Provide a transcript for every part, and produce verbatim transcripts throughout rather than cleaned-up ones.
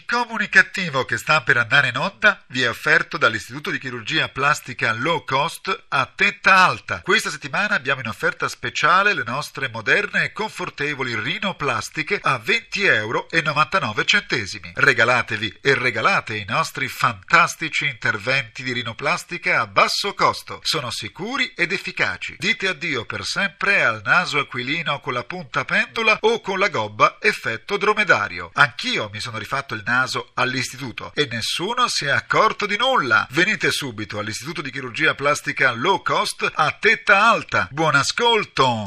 Il comunicativo che sta per andare in onda vi è offerto dall'Istituto di Chirurgia Plastica Low Cost a tetta alta. Questa settimana abbiamo in offerta speciale le nostre moderne e confortevoli rinoplastiche a venti euro e novantanove centesimi. Regalatevi e regalate i nostri fantastici interventi di rinoplastica a basso costo. Sono sicuri ed efficaci. Dite addio per sempre al naso aquilino con la punta pendula o con la gobba effetto dromedario. Anch'io mi sono rifatto il naso all'istituto e nessuno si è accorto di nulla. Venite subito all'Istituto di Chirurgia Plastica Low Cost a tetta alta. Buon ascolto.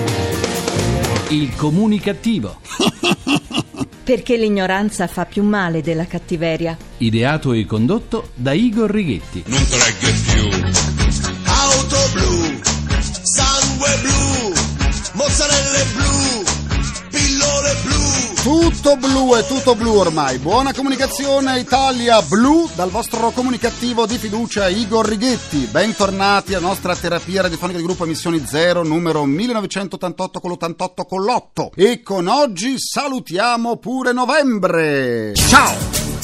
Il comunicativo. Perché l'ignoranza fa più male della cattiveria. Ideato e condotto da Igor Righetti. Non te legge più. Auto blu, sangue blu, mozzarelle blu, pillole blu. Tutto blu e tutto blu ormai. Buona comunicazione Italia blu dal vostro comunicativo di fiducia Igor Righetti. Bentornati alla nostra terapia radiofonica di gruppo Emissioni Zero numero millenovecentottantotto con l'ottantotto con l'otto. E con oggi salutiamo pure novembre. Ciao!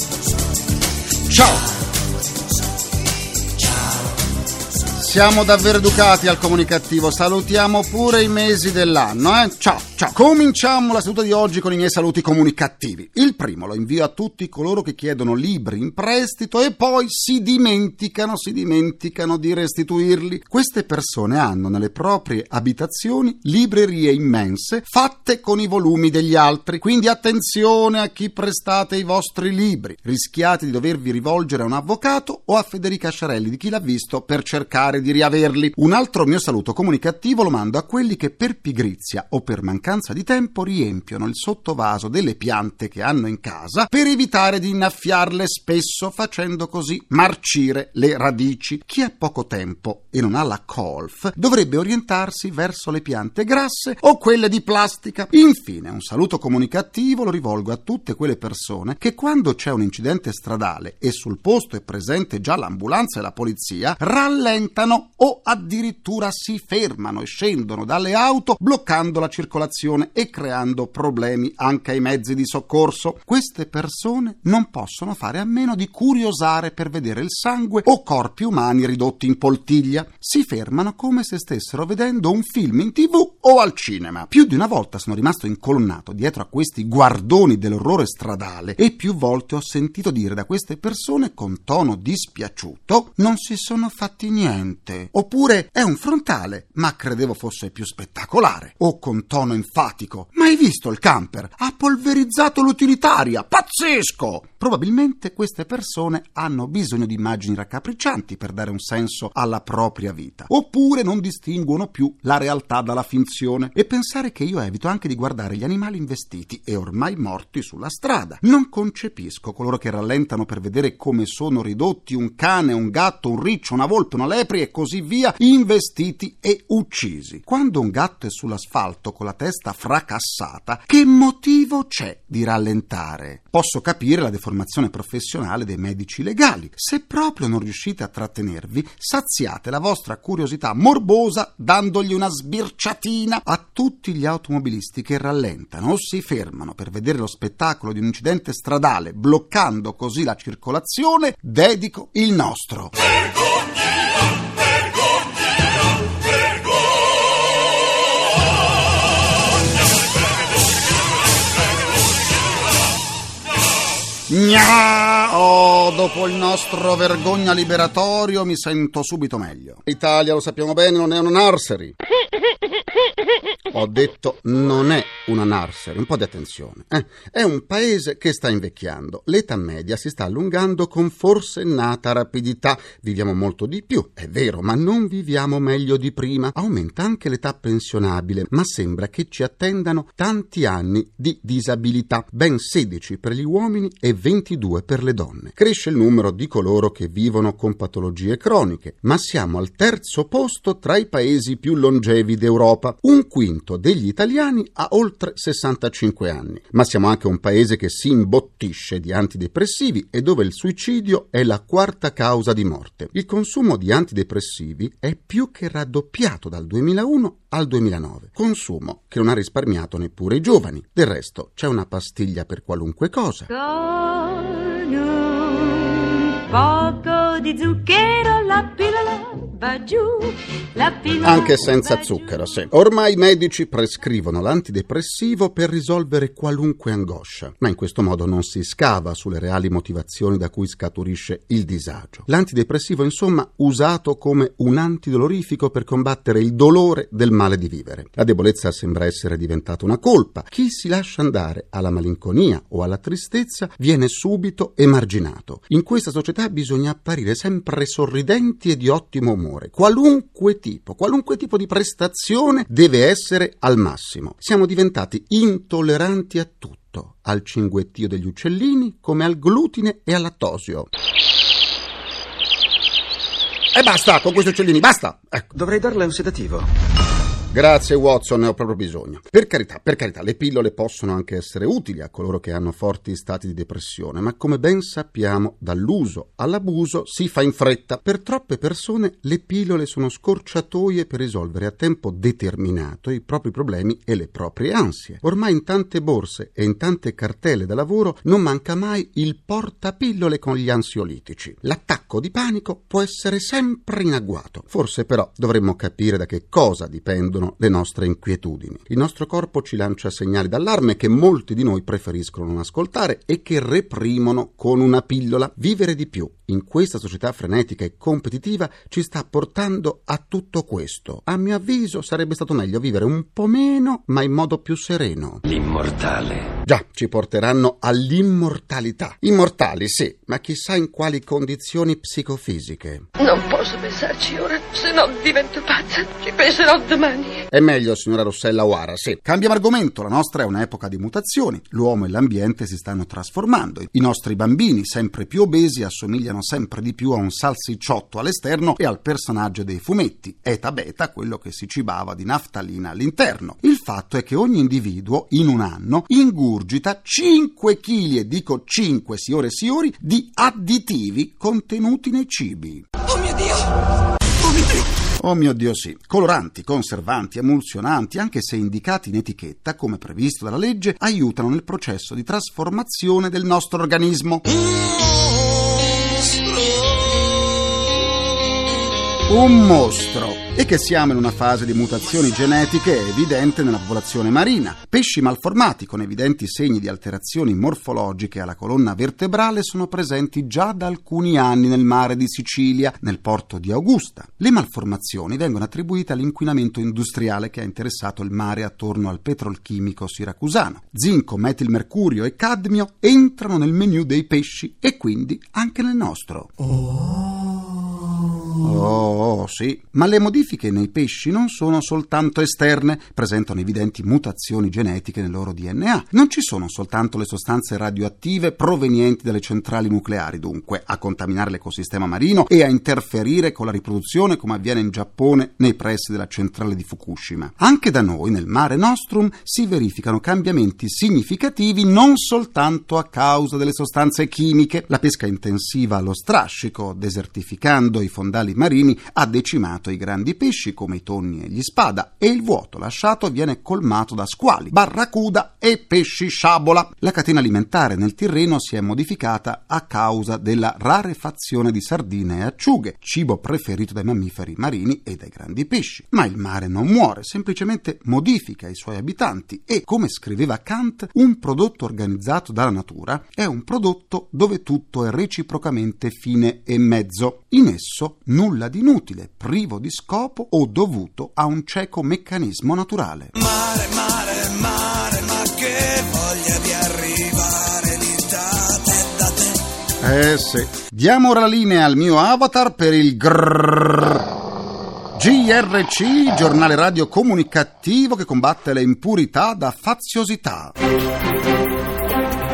Ciao! Siamo davvero educati al comunicativo, salutiamo pure i mesi dell'anno, eh? Ciao, ciao. Cominciamo la seduta di oggi con i miei saluti comunicativi. Il primo lo invio a tutti coloro che chiedono libri in prestito e poi si dimenticano, si dimenticano di restituirli. Queste persone hanno nelle proprie abitazioni librerie immense fatte con i volumi degli altri, quindi attenzione a chi prestate i vostri libri. Rischiate di dovervi rivolgere a un avvocato o a Federica Sciarelli, di Chi l'ha visto, per cercare di riaverli. Un altro mio saluto comunicativo lo mando a quelli che per pigrizia o per mancanza di tempo riempiono il sottovaso delle piante che hanno in casa per evitare di innaffiarle spesso, facendo così marcire le radici. Chi ha poco tempo e non ha la colf dovrebbe orientarsi verso le piante grasse o quelle di plastica. Infine un saluto comunicativo lo rivolgo a tutte quelle persone che quando c'è un incidente stradale e sul posto è presente già l'ambulanza e la polizia rallentano o addirittura si fermano e scendono dalle auto bloccando la circolazione e creando problemi anche ai mezzi di soccorso. Queste persone non possono fare a meno di curiosare per vedere il sangue o corpi umani ridotti in poltiglia. Si fermano come se stessero vedendo un film in tv o al cinema. Più di una volta sono rimasto incolonnato dietro a questi guardoni dell'orrore stradale e più volte ho sentito dire da queste persone con tono dispiaciuto: non si sono fatti niente. Oppure è un frontale, ma credevo fosse più spettacolare. O con tono enfatico: ma hai visto il camper? Ha polverizzato l'utilitaria, pazzesco! Probabilmente queste persone hanno bisogno di immagini raccapriccianti per dare un senso alla propria vita. Oppure non distinguono più la realtà dalla finzione. E pensare che io evito anche di guardare gli animali investiti e ormai morti sulla strada. Non concepisco coloro che rallentano per vedere come sono ridotti un cane, un gatto, un riccio, una volpe, una lepre e così via, investiti e uccisi. Quando un gatto è sull'asfalto con la testa fracassata, che motivo c'è di rallentare? Posso capire la deformazione professionale dei medici legali. Se proprio non riuscite a trattenervi, saziate la vostra curiosità morbosa dandogli una sbirciatina. A tutti gli automobilisti che rallentano o si fermano per vedere lo spettacolo di un incidente stradale, bloccando così la circolazione, dedico il nostro Gna! Oh, dopo il nostro vergogna liberatorio mi sento subito meglio. L'Italia, lo sappiamo bene, non è una nursery. Ho detto non è una nursery, un po' di attenzione. Eh, è un paese che sta invecchiando. L'età media si sta allungando con forsennata rapidità. Viviamo molto di più, è vero, ma non viviamo meglio di prima. Aumenta anche l'età pensionabile, ma sembra che ci attendano tanti anni di disabilità. Ben sedici per gli uomini e ventidue per le donne. Cresce il numero di coloro che vivono con patologie croniche, ma siamo al terzo posto tra i paesi più longevi d'Europa. Un quinto degli italiani ha oltre sessantacinque anni, ma siamo anche un paese che si imbottisce di antidepressivi e dove il suicidio è la quarta causa di morte. Il consumo di antidepressivi è più che raddoppiato dal duemilauno al duemilanove. Consumo che non ha risparmiato neppure i giovani. Del resto c'è una pastiglia per qualunque cosa. Con un poco di zucchero la pillola va giù, la pillola Anche senza va zucchero, giù. sì. Ormai i medici prescrivono l'antidepressivo per risolvere qualunque angoscia, ma in questo modo non si scava sulle reali motivazioni da cui scaturisce il disagio. L'antidepressivo, insomma, usato come un antidolorifico per combattere il dolore del male di vivere. La debolezza sembra essere diventata una colpa. Chi si lascia andare alla malinconia o alla tristezza viene subito emarginato. In questa società bisogna apparire sempre sorridenti e di ottimo umore. Qualunque tipo, qualunque tipo di prestazione deve essere al massimo. Siamo diventati intolleranti a tutto, al cinguettio degli uccellini come al glutine e al lattosio. E basta con questi uccellini, basta! Ecco. Dovrei darle un sedativo. Grazie Watson, ne ho proprio bisogno. Per carità, per carità, le pillole possono anche essere utili a coloro che hanno forti stati di depressione, ma come ben sappiamo, dall'uso all'abuso si fa in fretta. Per troppe persone le pillole sono scorciatoie per risolvere a tempo determinato i propri problemi e le proprie ansie. Ormai in tante borse e in tante cartelle da lavoro non manca mai il portapillole con gli ansiolitici. L'attacco di panico può essere sempre in agguato. Forse però dovremmo capire da che cosa dipendono le nostre inquietudini. Il nostro corpo ci lancia segnali d'allarme che molti di noi preferiscono non ascoltare e che reprimono con una pillola. Vivere di più in questa società frenetica e competitiva ci sta portando a tutto questo. A mio avviso sarebbe stato meglio vivere un po' meno, ma in modo più sereno. L'immortale. Già, ci porteranno all'immortalità. Immortali, sì, ma chissà in quali condizioni psicofisiche. Non posso pensarci ora, se no divento pazza. Ci penserò domani. È meglio, signora Rossella O'Hara, sì. Cambiamo argomento, la nostra è un'epoca di mutazioni. L'uomo e l'ambiente si stanno trasformando. I nostri bambini, sempre più obesi, assomigliano sempre di più a un salsicciotto all'esterno e al personaggio dei fumetti, Eta Beta, quello che si cibava di naftalina all'interno. Il fatto è che ogni individuo, in un anno, ingurgita cinque chili, e dico cinque, signore e signori, di additivi contenuti nei cibi. Oh mio Dio! Oh mio Dio! Oh mio Dio sì, coloranti, conservanti, emulsionanti, anche se indicati in etichetta, come previsto dalla legge, aiutano nel processo di trasformazione del nostro organismo. Un mostro! E che siamo in una fase di mutazioni genetiche è evidente nella popolazione marina. Pesci malformati con evidenti segni di alterazioni morfologiche alla colonna vertebrale sono presenti già da alcuni anni nel mare di Sicilia, nel porto di Augusta. Le malformazioni vengono attribuite all'inquinamento industriale che ha interessato il mare attorno al petrolchimico siracusano. Zinco, metilmercurio e cadmio entrano nel menù dei pesci e quindi anche nel nostro. Oh, sì, ma le modifiche nei pesci non sono soltanto esterne, presentano evidenti mutazioni genetiche nel loro D N A. Non ci sono soltanto le sostanze radioattive provenienti dalle centrali nucleari, dunque, a contaminare l'ecosistema marino e a interferire con la riproduzione come avviene in Giappone nei pressi della centrale di Fukushima. Anche da noi, nel Mare Nostrum, si verificano cambiamenti significativi non soltanto a causa delle sostanze chimiche. La pesca intensiva allo strascico, desertificando i fondali marini, ha decimato i grandi pesci come i tonni e gli spada, e il vuoto lasciato viene colmato da squali, barracuda e pesci sciabola. La catena alimentare nel Tirreno si è modificata a causa della rarefazione di sardine e acciughe, cibo preferito dai mammiferi marini e dai grandi pesci. Ma il mare non muore, semplicemente modifica i suoi abitanti e, come scriveva Kant, un prodotto organizzato dalla natura è un prodotto dove tutto è reciprocamente fine e mezzo. In esso nulla di inutile, privo di scopo o dovuto a un cieco meccanismo naturale. Mare, mare, mare, ma che voglia di arrivare lì da te, da te. Eh sì. Diamo ora la linea al mio avatar per il grrrr. G R C, giornale radio comunicativo che combatte le impurità da faziosità.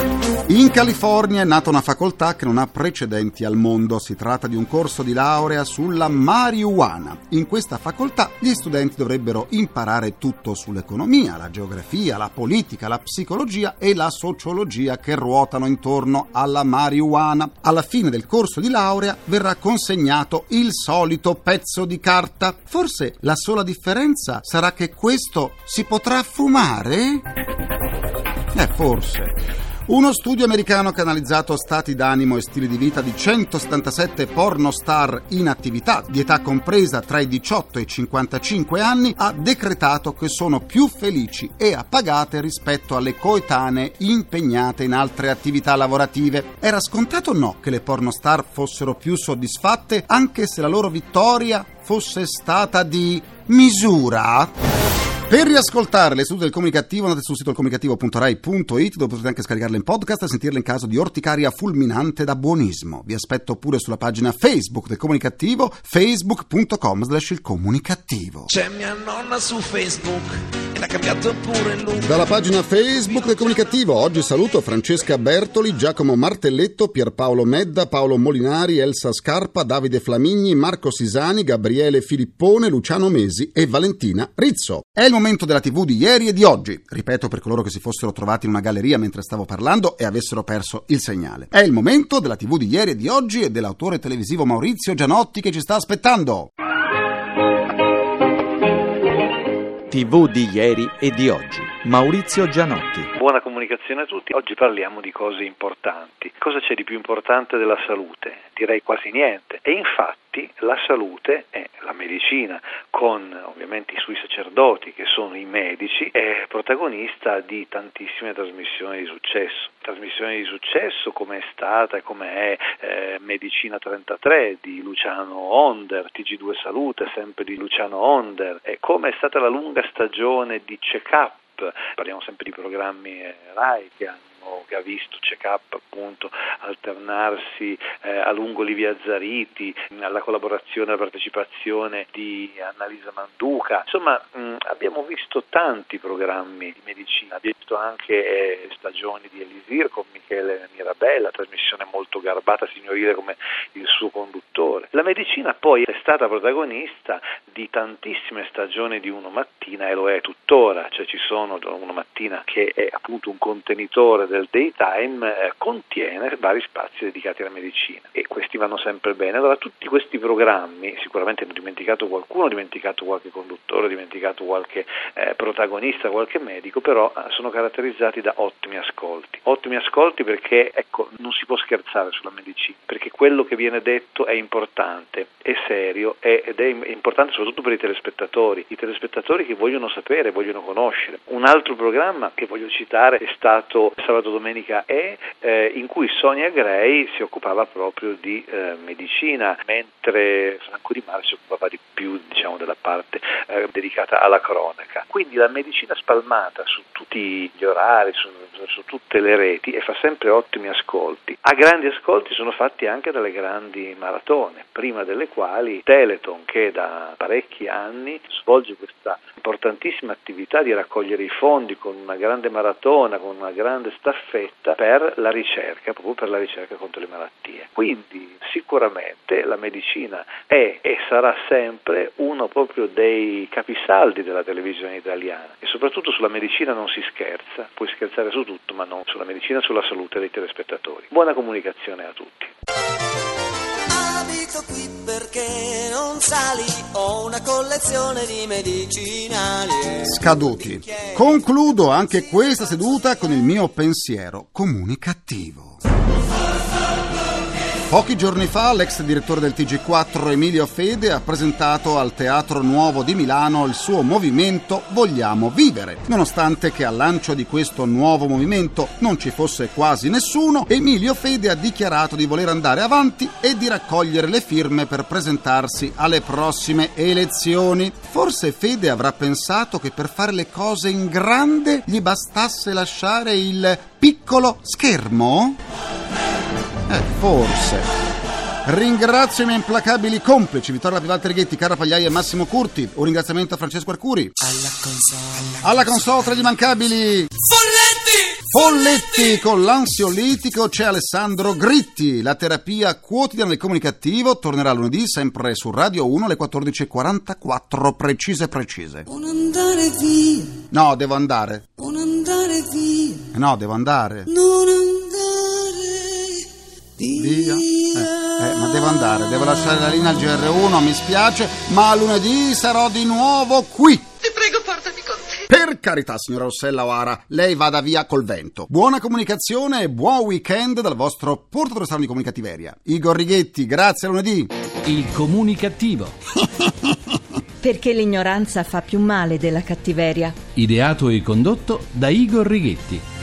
In California è nata una facoltà che non ha precedenti al mondo. Si tratta di un corso di laurea sulla marijuana. In questa facoltà gli studenti dovrebbero imparare tutto sull'economia, la geografia, la politica, la psicologia e la sociologia che ruotano intorno alla marijuana. Alla fine del corso di laurea verrà consegnato il solito pezzo di carta. Forse la sola differenza sarà che questo si potrà fumare? Eh, forse. Uno studio americano che ha analizzato stati d'animo e stili di vita di centosettantasette pornostar in attività, di età compresa tra i diciotto e i cinquantacinque anni, ha decretato che sono più felici e appagate rispetto alle coetanee impegnate in altre attività lavorative. Era scontato o no che le pornostar fossero più soddisfatte, anche se la loro vittoria fosse stata di misura? Per riascoltare le sedute del Comunicativo andate sul sito comunicativo punto rai punto it, dove potete anche scaricarle in podcast e sentirle in caso di orticaria fulminante da buonismo. Vi aspetto pure sulla pagina Facebook del Comunicativo, facebook punto com slash il comunicativo. C'è mia nonna su Facebook e l'ha cambiato pure il look. Dalla pagina Facebook del Comunicativo oggi saluto Francesca Bertoli, Giacomo Martelletto, Pierpaolo Medda, Paolo Molinari, Elsa Scarpa, Davide Flamigni, Marco Sisani, Gabriele Filippone, Luciano Mesi e Valentina Rizzo. È il momento della tivù di ieri e di oggi. Ripeto per coloro che si fossero trovati in una galleria mentre stavo parlando e avessero perso il segnale. È il momento della tivù di ieri e di oggi e dell'autore televisivo Maurizio Gianotti che ci sta aspettando. tivù di ieri e di oggi. Maurizio Gianotti. Buona comunicazione a tutti. Oggi parliamo di cose importanti. Cosa c'è di più importante della salute? Direi quasi niente. E infatti la salute è la medicina, con ovviamente i suoi sacerdoti che sono i medici, è protagonista di tantissime trasmissioni di successo. Trasmissioni di successo come è stata e come è eh, Medicina trentatré di Luciano Onder, T G due Salute sempre di Luciano Onder, e come è stata la lunga stagione di Check-up. Parliamo sempre di programmi eh, Rai che hanno che ha visto Check-up appunto alternarsi eh, a lungo Livia Zariti, alla collaborazione e alla partecipazione di Annalisa Manduca. Insomma mh, abbiamo visto tanti programmi di medicina, abbiamo visto anche eh, stagioni di Elisir con Michele Mirabella, trasmissione molto garbata, signorile come il suo conduttore. La medicina poi è stata protagonista di tantissime stagioni di Uno Mattina e lo è tuttora, cioè ci sono Uno Mattina che è appunto un contenitore del daytime, eh, contiene vari spazi dedicati alla medicina e questi vanno sempre bene. Allora tutti questi programmi, sicuramente hanno dimenticato qualcuno, ho dimenticato qualche conduttore, ho dimenticato qualche eh, protagonista, qualche medico, però eh, sono caratterizzati da ottimi ascolti. Ottimi ascolti perché ecco non si può scherzare sulla medicina, perché quello che viene detto è importante, è serio è, ed è importante soprattutto per i telespettatori, i telespettatori che vogliono sapere, vogliono conoscere. Un altro programma che voglio citare è stato Sabato Domenica è eh, in cui Sonia Gray si occupava proprio di eh, medicina, mentre Franco Di Mare si occupava di più diciamo della parte eh, dedicata alla cronaca. Quindi la medicina spalmata su tutti gli orari, su, su tutte le reti e fa sempre ottimi ascolti. A grandi ascolti sono fatti anche dalle grandi maratone, prima delle quali Telethon, che da parecchi anni svolge questa importantissima attività di raccogliere i fondi con una grande maratona, con una grande staffetta per la ricerca, proprio per la ricerca contro le malattie. Quindi sicuramente la medicina è e sarà sempre uno proprio dei capisaldi della televisione italiana e soprattutto sulla medicina non si scherza, puoi scherzare su tutto ma non sulla medicina e sulla salute dei telespettatori. Buona comunicazione a tutti. Abito qui perché non sali, ho una collezione di medicinali scaduti. Concludo anche questa seduta con il mio pensiero comunicativo. Pochi giorni fa l'ex direttore del T G quattro Emilio Fede ha presentato al Teatro Nuovo di Milano il suo movimento Vogliamo Vivere. Nonostante che al lancio di questo nuovo movimento non ci fosse quasi nessuno, Emilio Fede ha dichiarato di voler andare avanti e di raccogliere le firme per presentarsi alle prossime elezioni. Forse Fede avrà pensato che per fare le cose in grande gli bastasse lasciare il piccolo schermo? Eh, forse. Ringrazio i miei implacabili complici Vittorio Lapi, Walter Righetti, Carla Pagliai e Massimo Curti. Un ringraziamento a Francesco Arcuri. alla console. Alla console tra gli immancabili Folletti! Polletti con l'ansiolitico, c'è Alessandro Gritti. La terapia quotidiana del comunicativo tornerà lunedì sempre su Radio uno alle quattordici e quarantaquattro, precise precise. Non andare via. No, devo andare. Non andare via. No, devo andare. Non andare via. Via. Eh, eh, ma devo andare, devo lasciare la linea al G R uno, mi spiace, ma lunedì sarò di nuovo qui. Ti prego, portami con te. Per carità, signora Rossella O'Hara, lei vada via col vento. Buona comunicazione e buon weekend dal vostro portatore strano di comunicativeria. Igor Righetti, grazie, a lunedì. Il comunicativo. Perché l'ignoranza fa più male della cattiveria. Ideato e condotto da Igor Righetti.